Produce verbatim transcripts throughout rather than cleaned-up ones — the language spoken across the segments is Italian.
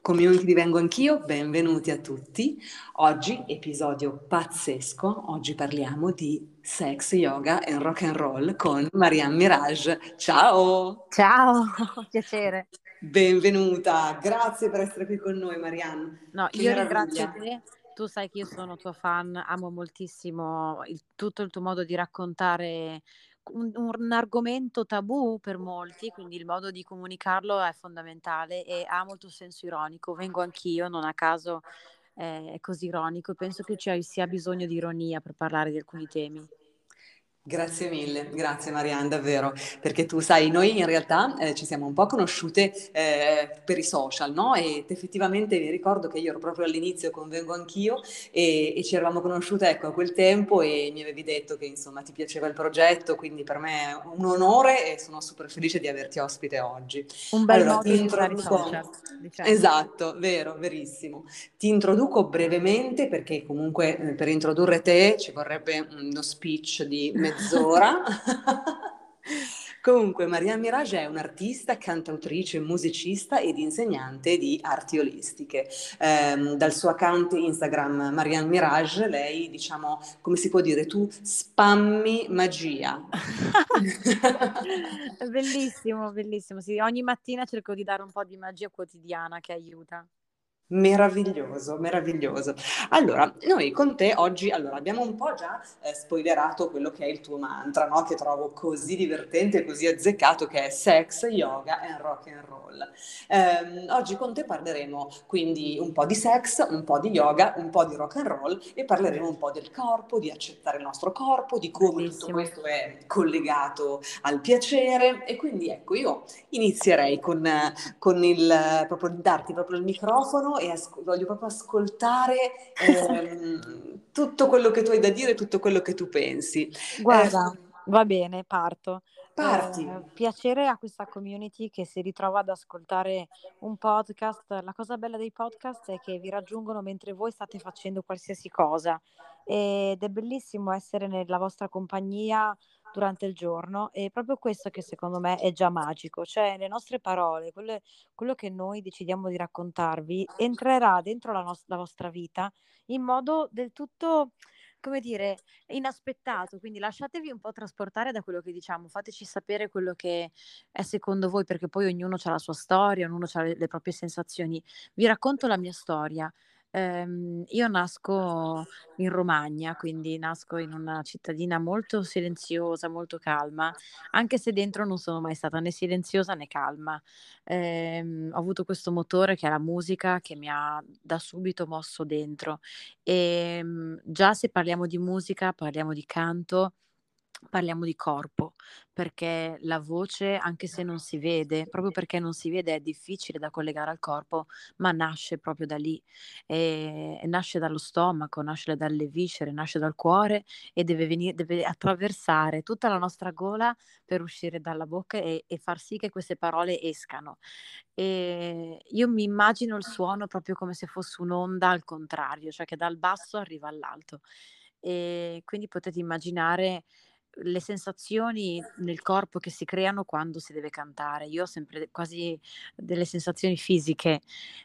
Community di Vengo Anch'io, benvenuti a tutti. Oggi, episodio pazzesco, oggi parliamo di sex, yoga e rock and roll con Marianne Mirage. Ciao! Ciao, piacere. Benvenuta, grazie per essere qui con noi Marianne. No, Che io ringrazio meraviglia! te. Tu sai che io sono tua fan, amo moltissimo il tutto il tuo modo di raccontare un un argomento tabù per molti, quindi il modo di comunicarlo è fondamentale e amo il tuo senso ironico. Vengo anch'io, non a caso, ehm, è così ironico. Penso che ci sia bisogno di ironia per parlare di alcuni temi. Grazie mille, grazie Marianne, davvero, perché tu sai, noi in realtà eh, ci siamo un po' conosciute eh, per i social, no? Ed effettivamente mi ricordo che io ero proprio all'inizio con Vengo Anch'io e, e ci eravamo conosciute, ecco, a quel tempo e mi avevi detto che insomma ti piaceva il progetto, quindi per me è un onore e sono super felice di averti ospite oggi. Un bel Allora, ti modo di usare i introduco. social, diciamo. Esatto, vero, verissimo. Ti introduco brevemente perché comunque eh, per introdurre te ci vorrebbe uno speech di mezz'ora. Comunque, Maria Mirage è un'artista, cantautrice, musicista ed insegnante di arti olistiche. Ehm, dal suo account Instagram Marianne Mirage, lei, diciamo, come si può dire, tu spammi magia. Bellissimo, bellissimo. Sì, ogni mattina cerco di dare un po' di magia quotidiana che aiuta. Meraviglioso, meraviglioso. Allora, noi con te oggi, allora, abbiamo un po' già eh, spoilerato quello che è il tuo mantra, no? Che trovo così divertente e così azzeccato, che è sex, yoga e rock and roll. Ehm, oggi con te parleremo quindi un po' di sex, un po' di yoga, un po' di rock and roll e parleremo un po' del corpo, di accettare il nostro corpo, di come tutto Bellissimo. questo è collegato al piacere. E quindi ecco, io inizierei con con il proprio darti proprio il microfono e asco- voglio proprio ascoltare ehm, tutto quello che tu hai da dire, tutto quello che tu pensi. Eh, Guarda, va bene, parto. parti. Eh, piacere a questa community che si ritrova ad ascoltare un podcast. La cosa bella dei podcast è che vi raggiungono mentre voi state facendo qualsiasi cosa ed è bellissimo essere nella vostra compagnia durante il giorno. E proprio questo che secondo me è già magico, cioè le nostre parole, quelle- quello che noi decidiamo di raccontarvi entrerà dentro la, nos- la vostra vita in modo del tutto, come dire, inaspettato, quindi lasciatevi un po' trasportare da quello che diciamo, fateci sapere quello che è secondo voi, perché poi ognuno c'ha la sua storia, ognuno c'ha le, le proprie sensazioni. Vi racconto la mia storia. Ehm, io nasco in Romagna, quindi nasco in una cittadina molto silenziosa, molto calma, anche se dentro non sono mai stata né silenziosa né calma. Ehm, ho avuto questo motore che è la musica che mi ha da subito mosso dentro. Ehm, già se parliamo di musica, parliamo di canto, parliamo di corpo, perché la voce, anche se non si vede, proprio perché non si vede è difficile da collegare al corpo, ma nasce proprio da lì. Ehm, e nasce dallo stomaco, nasce dalle viscere, nasce dal cuore e deve veni deve attraversare tutta la nostra gola per uscire dalla bocca e e far sì che queste parole escano. Ehm, io mi immagino il suono proprio come se fosse un'onda al contrario, cioè che dal basso arriva all'alto. Ehm, quindi potete immaginare le sensazioni nel corpo che si creano quando si deve cantare. Io ho sempre quasi delle sensazioni fisiche.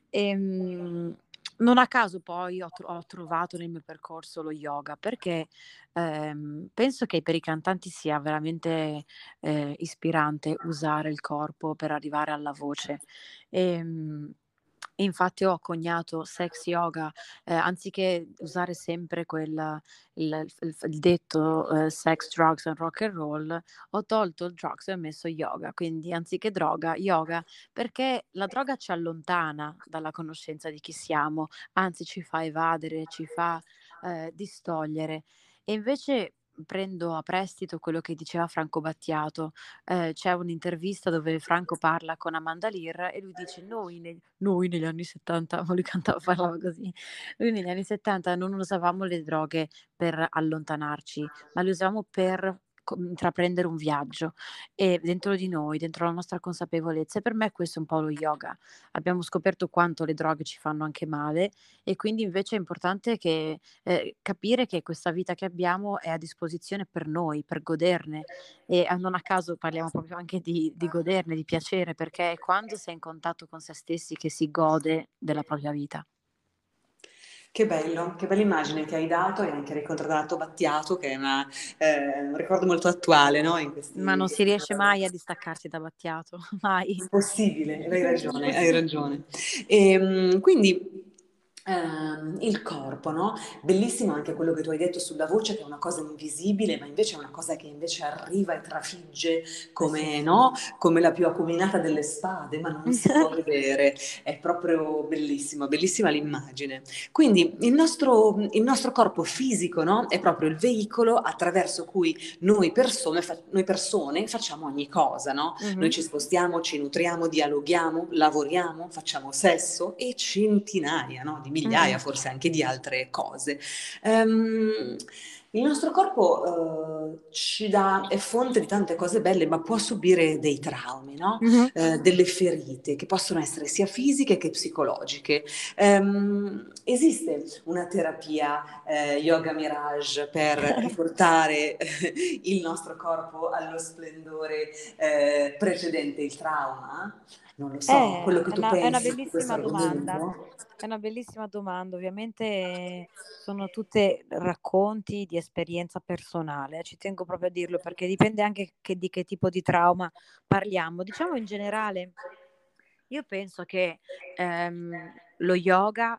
Ehm, Non a caso poi ho tro ho trovato nel mio percorso lo yoga, perché, ehm, penso che per i cantanti sia veramente, ehm, ispirante usare il corpo per arrivare alla voce. Ehm, Infatti ho coniato sex yoga, ehm, anziché usare sempre quel il il f il detto, ehm, sex, drugs and rock and roll, ho tolto il drugs e ho messo yoga, quindi anziché droga, yoga, perché la droga ci allontana dalla conoscenza di chi siamo, anzi ci fa evadere, ci fa, ehm, distogliere. E invece prendo a prestito quello che diceva Franco Battiato. Ehm, c'è un'intervista dove Franco parla con Amanda Lear e lui dice: "Noi neg noi negli anni 'settanta", ma lui cantava parlava così. Lui negli anni 'settanta non usavamo le droghe per allontanarci, ma le usavamo per co- intraprendere un viaggio e dentro di noi, dentro la nostra consapevolezza. E per me questo è un po' lo yoga. Abbiamo scoperto quanto le droghe ci fanno anche male e quindi invece è importante che, eh, capire che questa vita che abbiamo è a disposizione per noi, per goderne. E eh, non a caso parliamo proprio anche di, di goderne, di piacere, perché è quando si è in contatto con se stessi che si gode della propria vita. Che bello, che bella immagine che hai dato e anche ricontradato Battiato, che è una, eh, un ricordo molto attuale, no? In Ma questi, in non si questi riesce giorni. mai a distaccarsi da Battiato, mai. Impossibile, hai ragione, hai Impossibile. ragione. E, quindi ehm, il corpo, no? Bellissimo anche quello che tu hai detto sulla voce, che è una cosa invisibile, ma invece è una cosa che invece arriva e trafigge Eh sì. come, no? Come la più acuminata delle spade, ma non si può vedere. È proprio bellissimo, bellissima l'immagine. Quindi il nostro, il nostro corpo fisico, no? È proprio il veicolo attraverso cui noi persone, fa- noi persone facciamo ogni cosa, no? Noi Mhm. ci spostiamo, ci nutriamo, dialoghiamo, lavoriamo, facciamo sesso e centinaia, no? Di Mm-mm. migliaia forse anche di altre cose. Ehm, il nostro corpo eh, ci dà, è fonte di tante cose belle, ma può subire dei traumi, no? Mhm. Eh, delle ferite che possono essere sia fisiche che psicologiche. Ehm, esiste una terapia eh, Yoga Mirage per riportare eh, il nostro corpo allo splendore eh, precedente il trauma? Non lo so, Eh, quello che è tu una, è una pensi su questo bellissima domanda. argomento? È una bellissima domanda. Ovviamente sono tutte racconti di esperienza personale. Ci tengo proprio a dirlo perché dipende anche che- di che tipo di trauma parliamo. Diciamo in generale. Io penso che ehm, lo yoga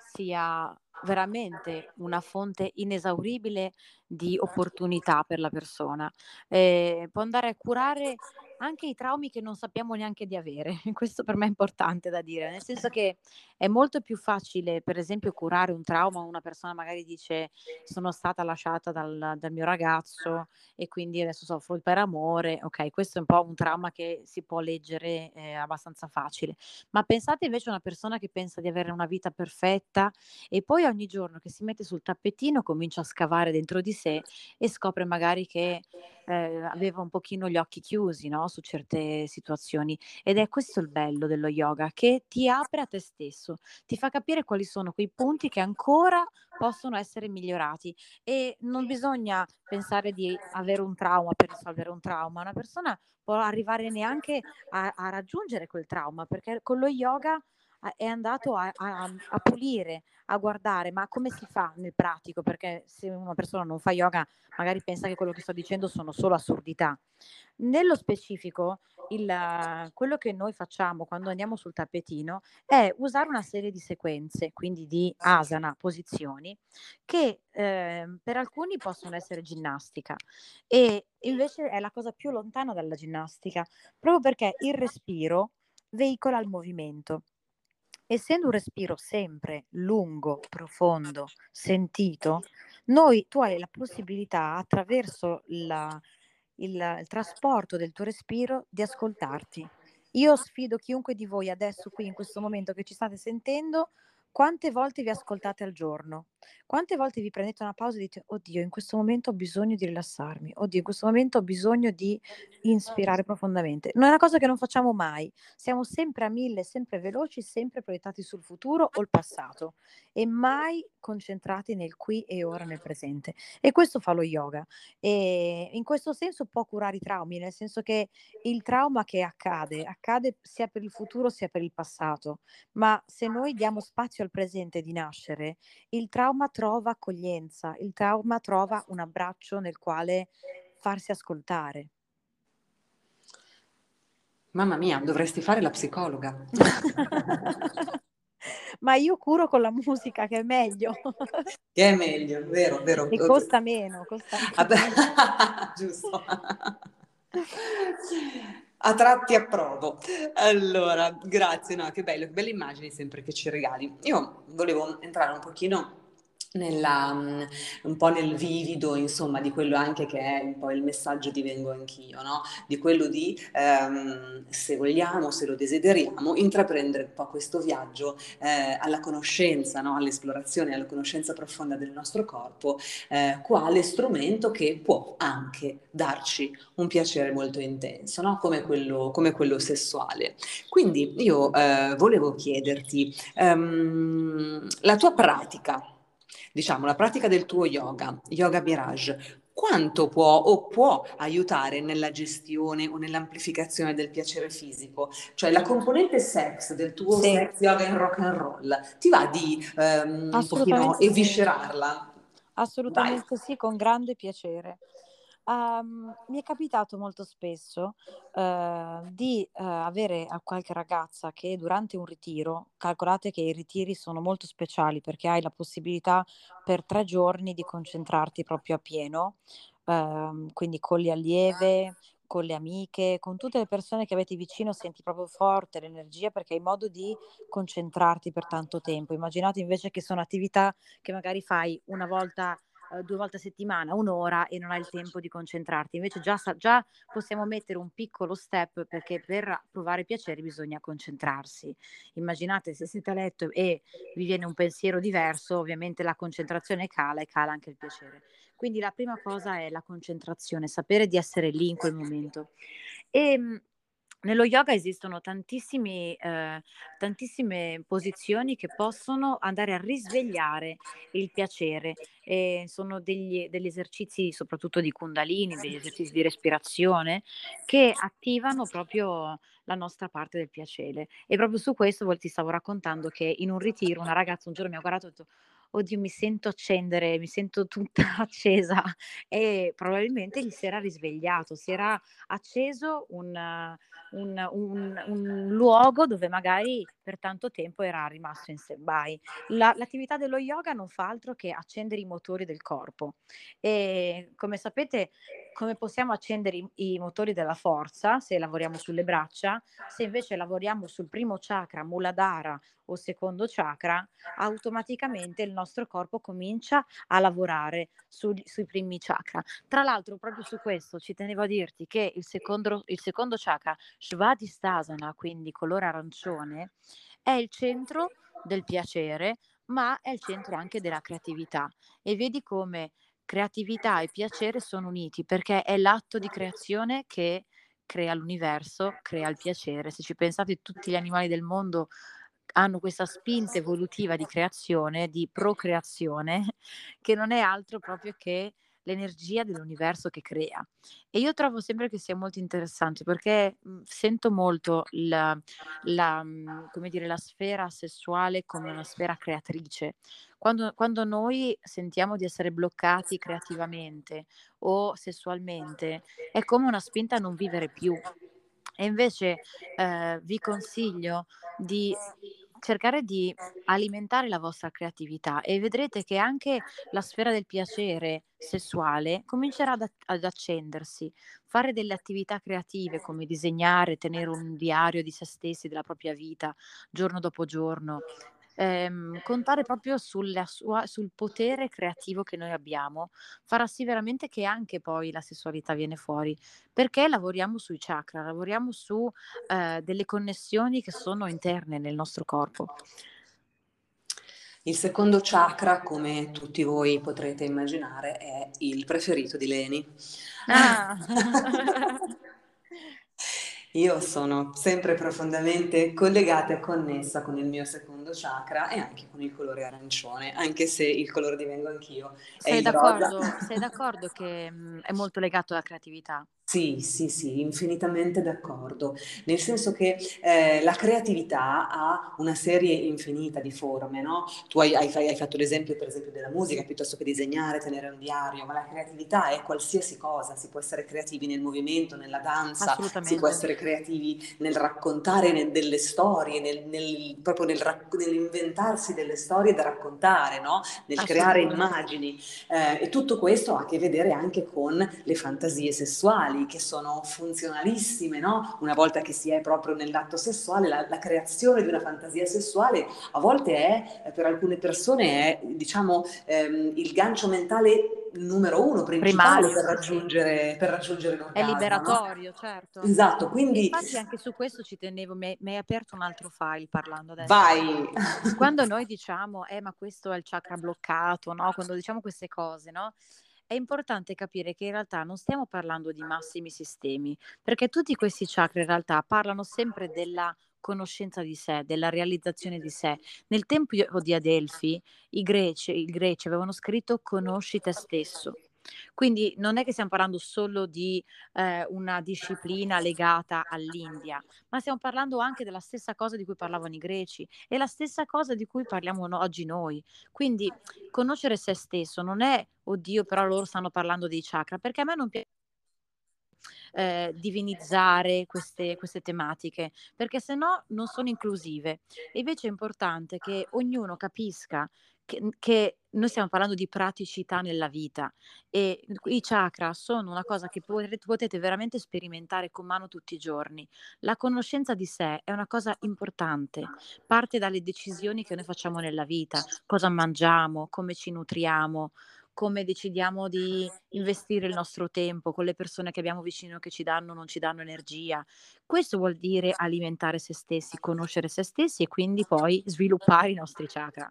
sia veramente una fonte inesauribile di opportunità per la persona. Eh, può andare a curare anche i traumi che non sappiamo neanche di avere. Questo per me è importante da dire, nel senso che è molto più facile, per esempio, curare un trauma. Una persona magari dice sono stata lasciata dal, dal mio ragazzo e quindi adesso soffro per amore. Ok, questo è un po' un trauma che si può leggere eh, abbastanza facile. Ma pensate invece a una persona che pensa di avere una vita perfetta e poi ogni giorno che si mette sul tappetino comincia a scavare dentro di sé e scopre magari che eh, aveva un pochino gli occhi chiusi, no? Su certe situazioni. Ed è questo il bello dello yoga, che ti apre a te stesso, ti fa capire quali sono quei punti che ancora possono essere migliorati e non bisogna pensare di avere un trauma per risolvere un trauma. Una persona può arrivare neanche a, a raggiungere quel trauma perché con lo yoga a- è andato a, a- a pulire, a guardare, ma come si fa nel pratico? Perché se una persona non fa yoga, magari pensa che quello che sto dicendo sono solo assurdità. Nello specifico, il, eh, quello che noi facciamo quando andiamo sul tappetino è usare una serie di sequenze, quindi di asana, posizioni, che eh, per alcuni possono essere ginnastica e invece è la cosa più lontana dalla ginnastica, proprio perché il respiro veicola il movimento. Essendo un respiro sempre lungo, profondo, sentito, noi, tu hai la possibilità attraverso la- il, il trasporto del tuo respiro di ascoltarti. Io sfido chiunque di voi adesso, qui in questo momento che ci state sentendo, quante volte vi ascoltate al giorno? Quante volte vi prendete una pausa e dite, oddio, in questo momento ho bisogno di rilassarmi, oddio, in questo momento ho bisogno di inspirare profondamente. Non è una cosa che non facciamo mai, siamo sempre a mille, sempre veloci, sempre proiettati sul futuro o il passato e mai concentrati nel qui e ora, nel presente. E questo fa lo yoga. E in questo senso può curare i traumi, nel senso che il trauma che accade, accade sia per il futuro sia per il passato, ma se noi diamo spazio al presente di nascere, il trauma trova accoglienza, il trauma trova un abbraccio nel quale farsi ascoltare. Mamma mia, dovresti fare la psicologa. Ma io curo con la musica, che è meglio. Che è meglio, vero, vero. E costa meno, costa Vabbè, meno. giusto. A tratti approvo. Allora, grazie, no, che bello, che belle immagini sempre che ci regali. Io volevo entrare un pochino nella, mh, un po' nel vivido, insomma, di quello anche che è un po' il messaggio di Vengo Anch'io, no? Di quello di, ehm, se vogliamo, se lo desideriamo, intraprendere un po' questo viaggio eh, alla conoscenza, no? All'esplorazione, alla conoscenza profonda del nostro corpo, eh, quale strumento che può anche darci un piacere molto intenso, no? Come quello, come quello sessuale. Quindi io eh, volevo chiederti, ehm, la tua pratica, diciamo, la pratica del tuo yoga, Yoga Mirage, quanto può o può aiutare nella gestione o nell'amplificazione del piacere fisico? Cioè la componente sex del tuo Sì, sex yoga in rock and roll, ti va di ehm, un pochino assolutamente sì. eviscerarla? Vai. Assolutamente sì, con grande piacere. Uhm, mi è capitato molto spesso, uhm, di, uhm, avere a qualche ragazza che durante un ritiro, calcolate che i ritiri sono molto speciali perché hai la possibilità per tre giorni di concentrarti proprio a pieno, uhm, quindi con le allieve, con le amiche, con tutte le persone che avete vicino senti proprio forte l'energia perché hai modo di concentrarti per tanto tempo. Immaginate invece che sono attività che magari fai una volta, uhm, due volte a settimana, un' ora e non hai il tempo di concentrarti. Invece già sa già possiamo mettere un piccolo step perché per provare piacere bisogna concentrarsi. Immaginate se siete a letto e vi viene un pensiero diverso, ovviamente la concentrazione cala e cala anche il piacere. Quindi la prima cosa è la concentrazione, sapere di essere lì in quel momento. Ehm, Nello yoga esistono tantissimi ehm, tantissime posizioni che possono andare a risvegliare il piacere. Ehm, sono degli degli esercizi soprattutto di Kundalini, degli esercizi di respirazione, che attivano proprio la nostra parte del piacere. E proprio su questo vol ti stavo raccontando che in un ritiro una ragazza un giorno mi ha guardato e ha detto: "Oddio, mi sento accendere, mi sento tutta accesa", e probabilmente gli si era risvegliato, si era acceso un un un un luogo dove magari per tanto tempo era rimasto in stand-by. La l'attività dello yoga non fa altro che accendere i motori del corpo. E come sapete, come possiamo accendere i i motori della forza se lavoriamo sulle braccia, se invece lavoriamo sul primo chakra, Muladhara o secondo chakra, automaticamente il nostro corpo comincia a lavorare sugl sui primi chakra. Tra l'altro proprio su questo ci tenevo a dirti che il secondro il secondo chakra, Svadhisthasana, quindi colore arancione, è il centro del piacere, ma è il centro anche della creatività. E vedi come creatività e piacere sono uniti, perché è l'atto di creazione che crea l'universo, crea il piacere. Se ci pensate, tutti gli animali del mondo hanno questa spinta evolutiva di creazione, di procreazione, che non è altro proprio che l'energia dell'universo che crea. E io trovo sempre che sia molto interessante perché, mhmm, sento molto la la mhmm, come dire, la sfera sessuale come una sfera creatrice. Quando quando noi sentiamo di essere bloccati creativamente o sessualmente, è come una spinta a non vivere più. E invece, ehm, vi consiglio di cercare di alimentare la vostra creatività e vedrete che anche la sfera del piacere sessuale comincerà ad, a- ad accendersi. Fare delle attività creative come disegnare, tenere un diario di se stessi, della propria vita, giorno dopo giorno. Ehm, contare proprio sulla sua, sul potere creativo che noi abbiamo farà sì veramente che anche poi la sessualità viene fuori, perché lavoriamo sui chakra, lavoriamo su eh, delle connessioni che sono interne nel nostro corpo. Il secondo chakra, come tutti voi potrete immaginare, è il preferito di Leni. Ah. Io sono sempre profondamente collegata e connessa con il mio secondo chakra e anche con il colore arancione, anche se il colore divengo anch'io è Sei il rosa. d'accordo sei d'accordo che, mhmm, è molto legato alla creatività? Sì, sì, sì, infinitamente d'accordo, nel senso che eh, la creatività ha una serie infinita di forme, no? Tu hai, hai- hai fatto l'esempio, per esempio, della musica, piuttosto che disegnare, tenere un diario, ma la creatività è qualsiasi cosa, si può essere creativi nel movimento, nella danza, si può Assolutamente. essere creativi nel raccontare nel- delle storie, nel, nel- proprio nel, rac- comunque nell'inventarsi delle storie da raccontare, no? Nel creare Assolutamente. immagini. Eh, e tutto questo ha a che vedere anche con le fantasie sessuali, che sono funzionalissime, no? Una volta che si è proprio nell'atto sessuale, la, la creazione di una fantasia sessuale a volte è, per alcune persone, è, diciamo, ehm, il gancio mentale numero uno, principale Primario, per sì, sì. raggiungere, per raggiungere È l'orgasmo, no? liberatorio, certo. Esatto, E quindi infatti anche su questo ci tenevo, mi hai mi hai aperto un altro file parlando adesso. vai. Quando noi diciamo: "Eh, ma questo è il chakra bloccato", no, quando diciamo queste cose, no, è importante capire che in realtà non stiamo parlando di massimi sistemi, perché tutti questi chakra in realtà parlano sempre della conoscenza di sé, della realizzazione di sé. Nel tempio di Adelfi i greci i greci avevano scritto: "Conosci te stesso". Quindi non è che stiam parlando solo di, ehm, una disciplina legata all'India, ma stiamo parlando anche della stessa cosa di cui parlavano i greci e la stessa cosa di cui parliamo no oggi noi. Quindi conoscere se stesso non è: "Oddio, però loro stanno parlando dei chakra", perché a me non pia ehm, divinizzare queste queste tematiche, perché se no non sono inclusive. E invece è importante che ognuno capisca che n che noi stiamo parlando di praticità nella vita e i chakra sono una cosa che potre potete veramente sperimentare con mano tutti i giorni. La conoscenza di sé è una cosa importante, parte dalle decisioni che noi facciamo nella vita, cosa mangiamo, come ci nutriamo, come decidiamo di investire il nostro tempo con le persone che abbiamo vicino che ci danno o non ci danno energia. Questo vuol dire alimentare se stessi, conoscere se stessi e quindi poi sviluppare i nostri chakra.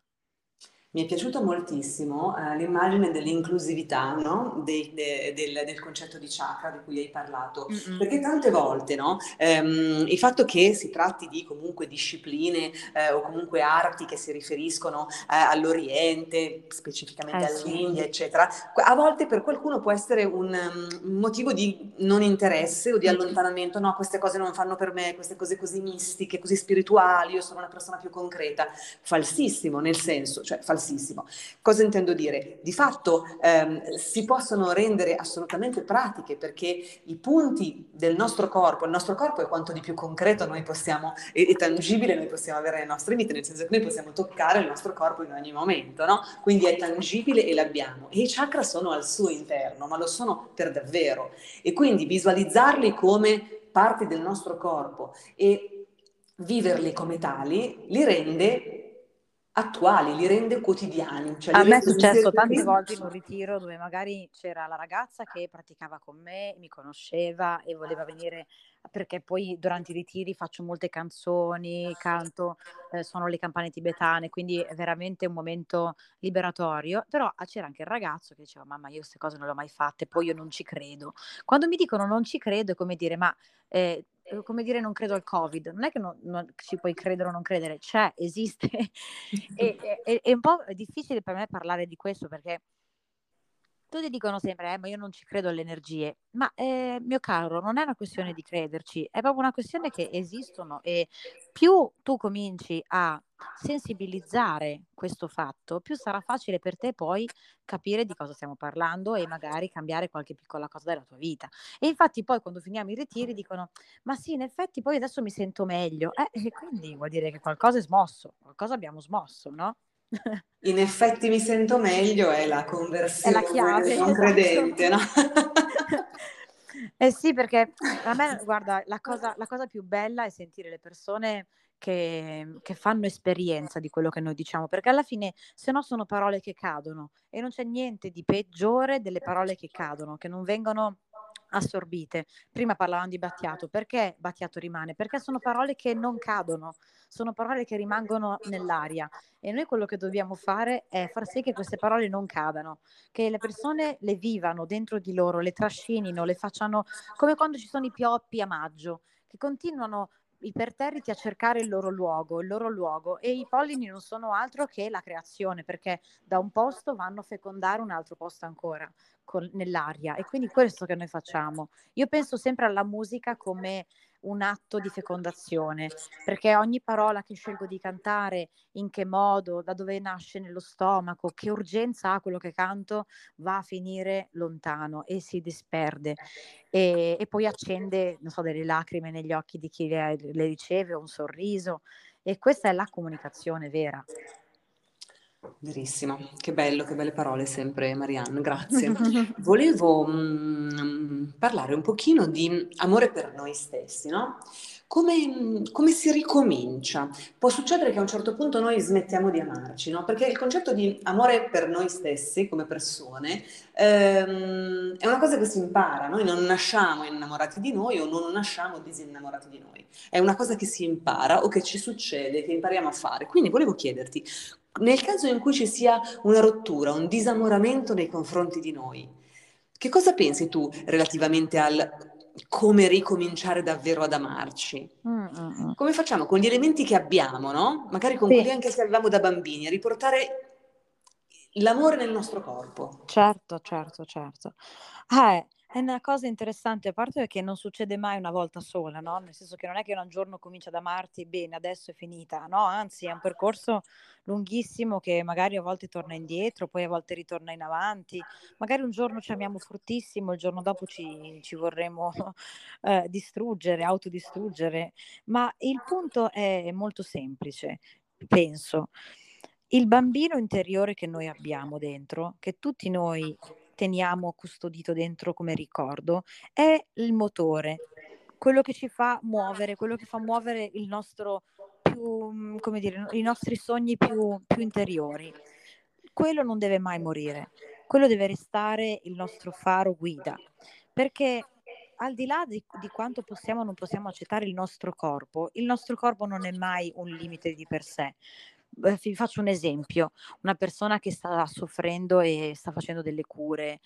Mi è piaciuto moltissimo, ehm, l'immagine dell'inclusività, no, dei de del del concetto di chakra di cui hai parlato, Mh-mh. perché tante volte, no, ehm, il fatto che si tratti di comunque discipline, ehm, o comunque arti che si riferiscono, ehm, all'Oriente, specificamente Eh sì. all'India, eccetera, q a volte per qualcuno può essere un mhmm, un motivo di non interesse o di Mh-mh. allontanamento: "No, queste cose non fanno per me, queste cose così mistiche, così spirituali, io sono una persona più concreta." Falsissimo, nel senso, cioè falsissimo. Cosa intendo dire? Di fatto ehm, si possono rendere assolutamente pratiche perché i punti del nostro corpo, il nostro corpo è quanto di più concreto noi possiamo e, e tangibile noi possiamo avere nelle nostre vite, nel senso che noi possiamo toccare il nostro corpo in ogni momento, no? Quindi è tangibile e l'abbiamo. E i chakra sono al suo interno, ma lo sono per davvero. E quindi visualizzarli come parti del nostro corpo e viverli come tali li rende attuali, li rende quotidiani, cioè li A me è rende successo inseribili. tante volte in un ritiro dove magari c'era la ragazza che praticava con me, mi conosceva e voleva venire perché poi durante i ritiri faccio molte canzoni, canto, ehm, suono le campane tibetane, quindi è veramente un momento liberatorio, però ah, c'era anche il ragazzo che diceva: "Mamma io 'ste cose non le ho mai fatte, poi io non ci credo". Quando mi dicono non ci credo è come dire: "Ma, ehm, è come dire non credo al Covid, non è che non non ci puoi credere o non credere, c'è, esiste". E e e è un po' difficile per me parlare di questo perché tutti dicono sempre: "Eh, ma io non ci credo alle energie". Ma, ehm, mio caro, non è una questione di crederci, è proprio una questione che esistono e più tu cominci a sensibilizzare questo fatto, più sarà facile per te poi capire di cosa stiamo parlando e magari cambiare qualche piccola cosa della tua vita. E infatti poi quando finiamo i ritiri dicono: "Ma sì, in effetti poi adesso mi sento meglio". Eh, e quindi vuol dire che qualcosa è smosso, qualcosa abbiamo smosso, no? In effetti mi sento meglio è la È la conversione del chiave, non esatto. credente, no? Eh sì, perché a me guarda, la cosa la cosa più bella è sentire le persone che che fanno esperienza di quello che noi diciamo, perché alla fine se no sono parole che cadono e non c'è niente di peggiore delle parole che cadono, che non vengono assorbite. Prima parlavamo di Battiato, perché Battiato rimane? Perché sono parole che non cadono, sono parole che rimangono nell'aria e noi quello che dobbiamo fare è far sì che queste parole non cadano, che le persone le vivano dentro di loro, le trascinino, le facciano come quando ci sono i pioppi a maggio, che continuano imperterriti a cercare il loro luogo, il loro luogo e i pollini non sono altro che la creazione, perché da un posto vanno a fecondare un altro posto ancora col nell'aria e quindi questo che noi facciamo. Io penso sempre alla musica come un atto di fecondazione, perché ogni parola che scelgo di cantare, in che modo, da dove nasce nello stomaco, che urgenza ha quello che canto, va a finire lontano e si disperde. E e poi accende, non so, delle lacrime negli occhi di chi le le riceve, o un sorriso. e questa è la comunicazione vera. Verissimo, che bello, che belle parole sempre Marianne, grazie. Volevo mm, parlare un pochino di amore per noi stessi, no? Come, come si ricomincia? Può succedere che a un certo punto noi smettiamo di amarci, no? Perché il concetto di amore per noi stessi come persone ehm, è una cosa che si impara, noi non nasciamo innamorati di noi o non nasciamo disinnamorati di noi, è una cosa che si impara o che ci succede, che impariamo a fare. Quindi volevo chiederti, nel caso in cui ci sia una rottura, un disamoramento nei confronti di noi, che cosa pensi tu relativamente al come ricominciare davvero ad amarci? Mm, mm, mm. Come facciamo con gli elementi che abbiamo, no? Magari con Sì, quelli anche che avevamo da bambini, a riportare l'amore nel nostro corpo. certo, certo, certo. Eh, è una cosa interessante, a parte che non succede mai una volta sola, no? Nel senso che non è che un giorno cominci ad amarti, bene, adesso è finita, no? Anzi, è un percorso lunghissimo che magari a volte torna indietro, poi a volte ritorna in avanti. Magari un giorno ci amiamo fortissimo, il giorno dopo ci, ci vorremmo eh, distruggere, autodistruggere. Ma il punto è molto semplice, penso. Il bambino interiore che noi abbiamo dentro, che tutti noi teniamo custodito dentro come ricordo, è il motore, quello che ci fa muovere, quello che fa muovere il nostro più, mm, come dire, i nostri sogni più, più interiori. Quello non deve mai morire, quello deve restare il nostro faro guida, perché al di là di, di quanto possiamo o non possiamo accettare il nostro corpo, il nostro corpo non è mai un limite di per sé. Beh, vi faccio un esempio, una persona che sta soffrendo e sta facendo delle cure,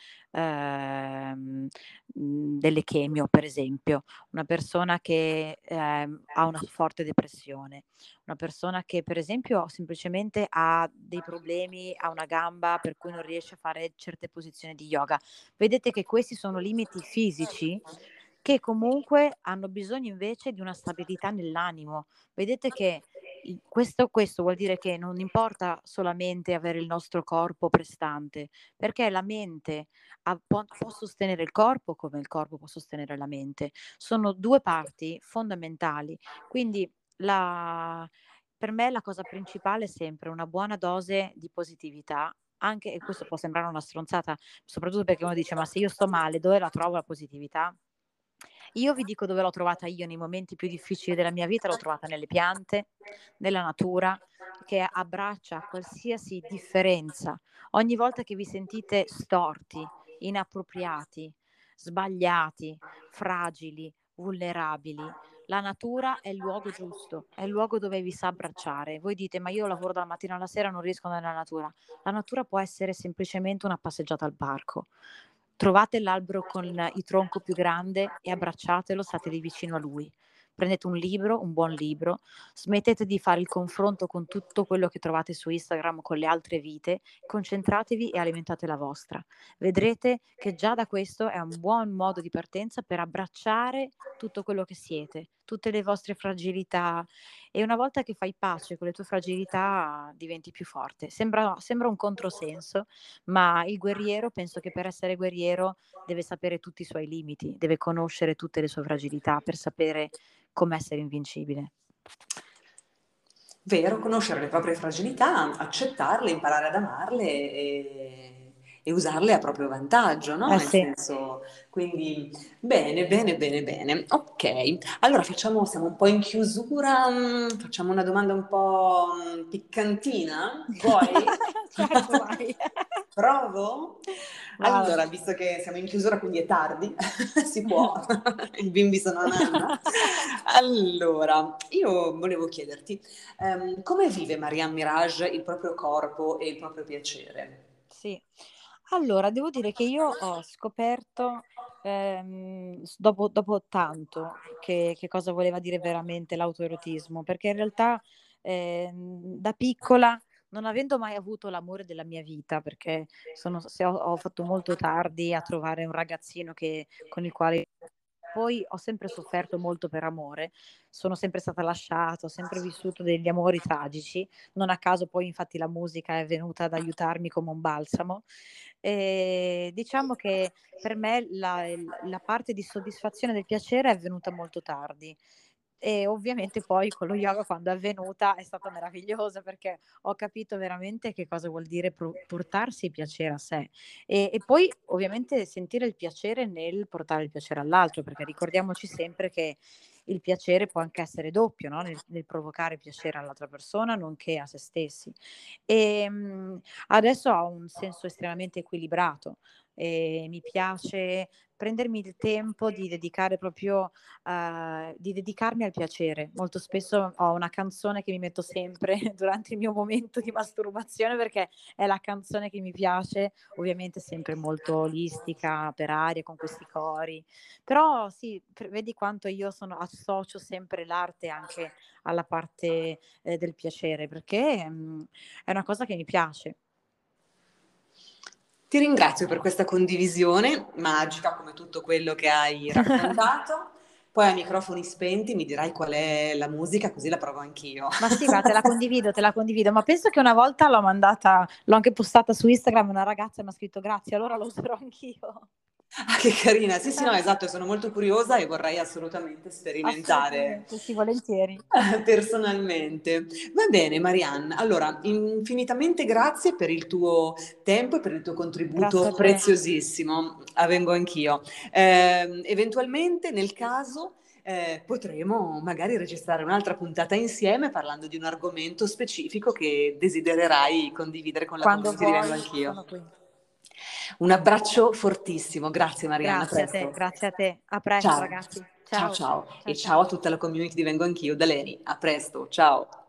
ehm, mhmm, delle chemio per esempio, una persona che, ehm, ha una forte depressione, una persona che per esempio semplicemente ha dei problemi a una gamba per cui non riesce a fare certe posizioni di yoga. Vedete che questi sono limiti fisici che comunque hanno bisogno invece di una stabilità nell'animo. Vedete che i questo questo vuol dire che non importa solamente avere il nostro corpo prestante, perché la mente ha può può sostenere il corpo come il corpo può sostenere la mente. Sono due parti fondamentali. Quindi la per me la cosa principale è sempre una buona dose di positività, anche e questo può sembrare una stronzata, soprattutto perché uno dice: "Ma se io sto male, dove la trovo la positività?" Io vi dico dove l'ho trovata io nei momenti più difficili della mia vita, l'ho trovata nelle piante, nella natura, che abbraccia qualsiasi differenza. Ogni volta che vi sentite storti, inappropriati, sbagliati, fragili, vulnerabili, la natura è il luogo giusto, è il luogo dove vi sa abbracciare. Voi dite, ma io lavoro dalla mattina alla sera, non riesco ad andare nella natura. La natura può essere semplicemente una passeggiata al parco. Trovate l'albero con il tronco più grande e abbracciatelo, state lì vicino a lui. Prendete un libro, un buon libro, smettete di fare il confronto con tutto quello che trovate su Instagram con le altre vite, concentratevi e alimentate la vostra. Vedrete che già da questo è un buon modo di partenza per abbracciare tutto quello che siete, tutte le vostre fragilità e una volta che fai pace con le tue fragilità diventi più forte. Sembra, sembra un controsenso, ma il guerriero, penso che per essere guerriero deve sapere tutti i suoi limiti, deve conoscere tutte le sue fragilità per sapere come essere invincibile. Vero, conoscere le proprie fragilità, accettarle, imparare ad amarle e, e usarle a proprio vantaggio, no? Eh Nel sì. senso, quindi bene, bene, bene, bene. Ok, allora facciamo, siamo un po' in chiusura, mm, facciamo una domanda un po' mm, piccantina, vuoi? Certo, vai. Provo? Brava. Allora, visto che siamo in chiusura, quindi è tardi, si può, i bimbi sono a nanna. Allora, io volevo chiederti, ehm, come vive Marianne Mirage il proprio corpo e il proprio piacere? Sì. Allora, devo dire che io ho scoperto, ehm, s dopo dopo tanto che che cosa voleva dire veramente l'autoerotismo, perché in realtà, ehm, da piccola, non avendo mai avuto l'amore della mia vita, perché sono se ho ho fatto molto tardi a trovare un ragazzino che con il quale poi ho sempre sofferto molto per amore, sono sempre stata lasciata, ho sempre vissuto degli amori tragici, non a caso poi infatti la musica è venuta ad aiutarmi come un balsamo. Ehm, diciamo che per me la il la parte di soddisfazione del piacere è venuta molto tardi. E ovviamente poi con lo yoga quando è avvenuta è stata meravigliosa perché ho capito veramente che cosa vuol dire pro portarsi piacere a sé. E e poi ovviamente sentire il piacere nel portare il piacere all'altro, perché ricordiamoci sempre che il piacere può anche essere doppio, no, nel nel provocare piacere all'altra persona, nonché a se stessi. Ehm, Adesso ho un senso estremamente equilibrato, e mi piace prendermi il tempo di dedicare proprio uhm, di dedicarmi al piacere. Molto spesso ho una canzone che mi metto sempre durante il mio momento di masturbazione, perché è la canzone che mi piace, ovviamente sempre molto olistica, per aria, con questi cori. Però sì, p vedi quanto io sono associo sempre l'arte anche alla parte, ehm, del piacere, perché, mhmm, è una cosa che mi piace. Ti ringrazio per questa condivisione magica, come tutto quello che hai raccontato. Poi a microfoni spenti mi dirai qual è la musica, così la provo anch'io. Ma sì, guarda, te la condivido, te la condivido, ma penso che una volta l'ho mandata l'ho anche postata su Instagram, una ragazza m'ha scritto: "Grazie, allora lo userò anch'io." Ah, che carina. Sì, sì, no, Eh, esatto, sono molto curiosa e vorrei assolutamente sperimentare assolutamente, sì, volentieri. personalmente. Va bene, Marianne. Allora, infinitamente grazie per il tuo tempo e per il tuo contributo Grazie a te. preziosissimo. Ah, vengo anch'io. Ehm, eventualmente, nel caso, eh, potremo magari registrare un'altra puntata insieme parlando di un argomento specifico che desidererai condividere con la Quando community di Vengo vuoi Anch'io. sono qui. Un abbraccio fortissimo, grazie Marianna, a Grazie a te, presto. grazie a te. A presto Ciao, ragazzi. ciao Ciao. ciao Ciao, e ciao a ciao. tutta la community di Vengo Anch'io da Leni, a presto, ciao.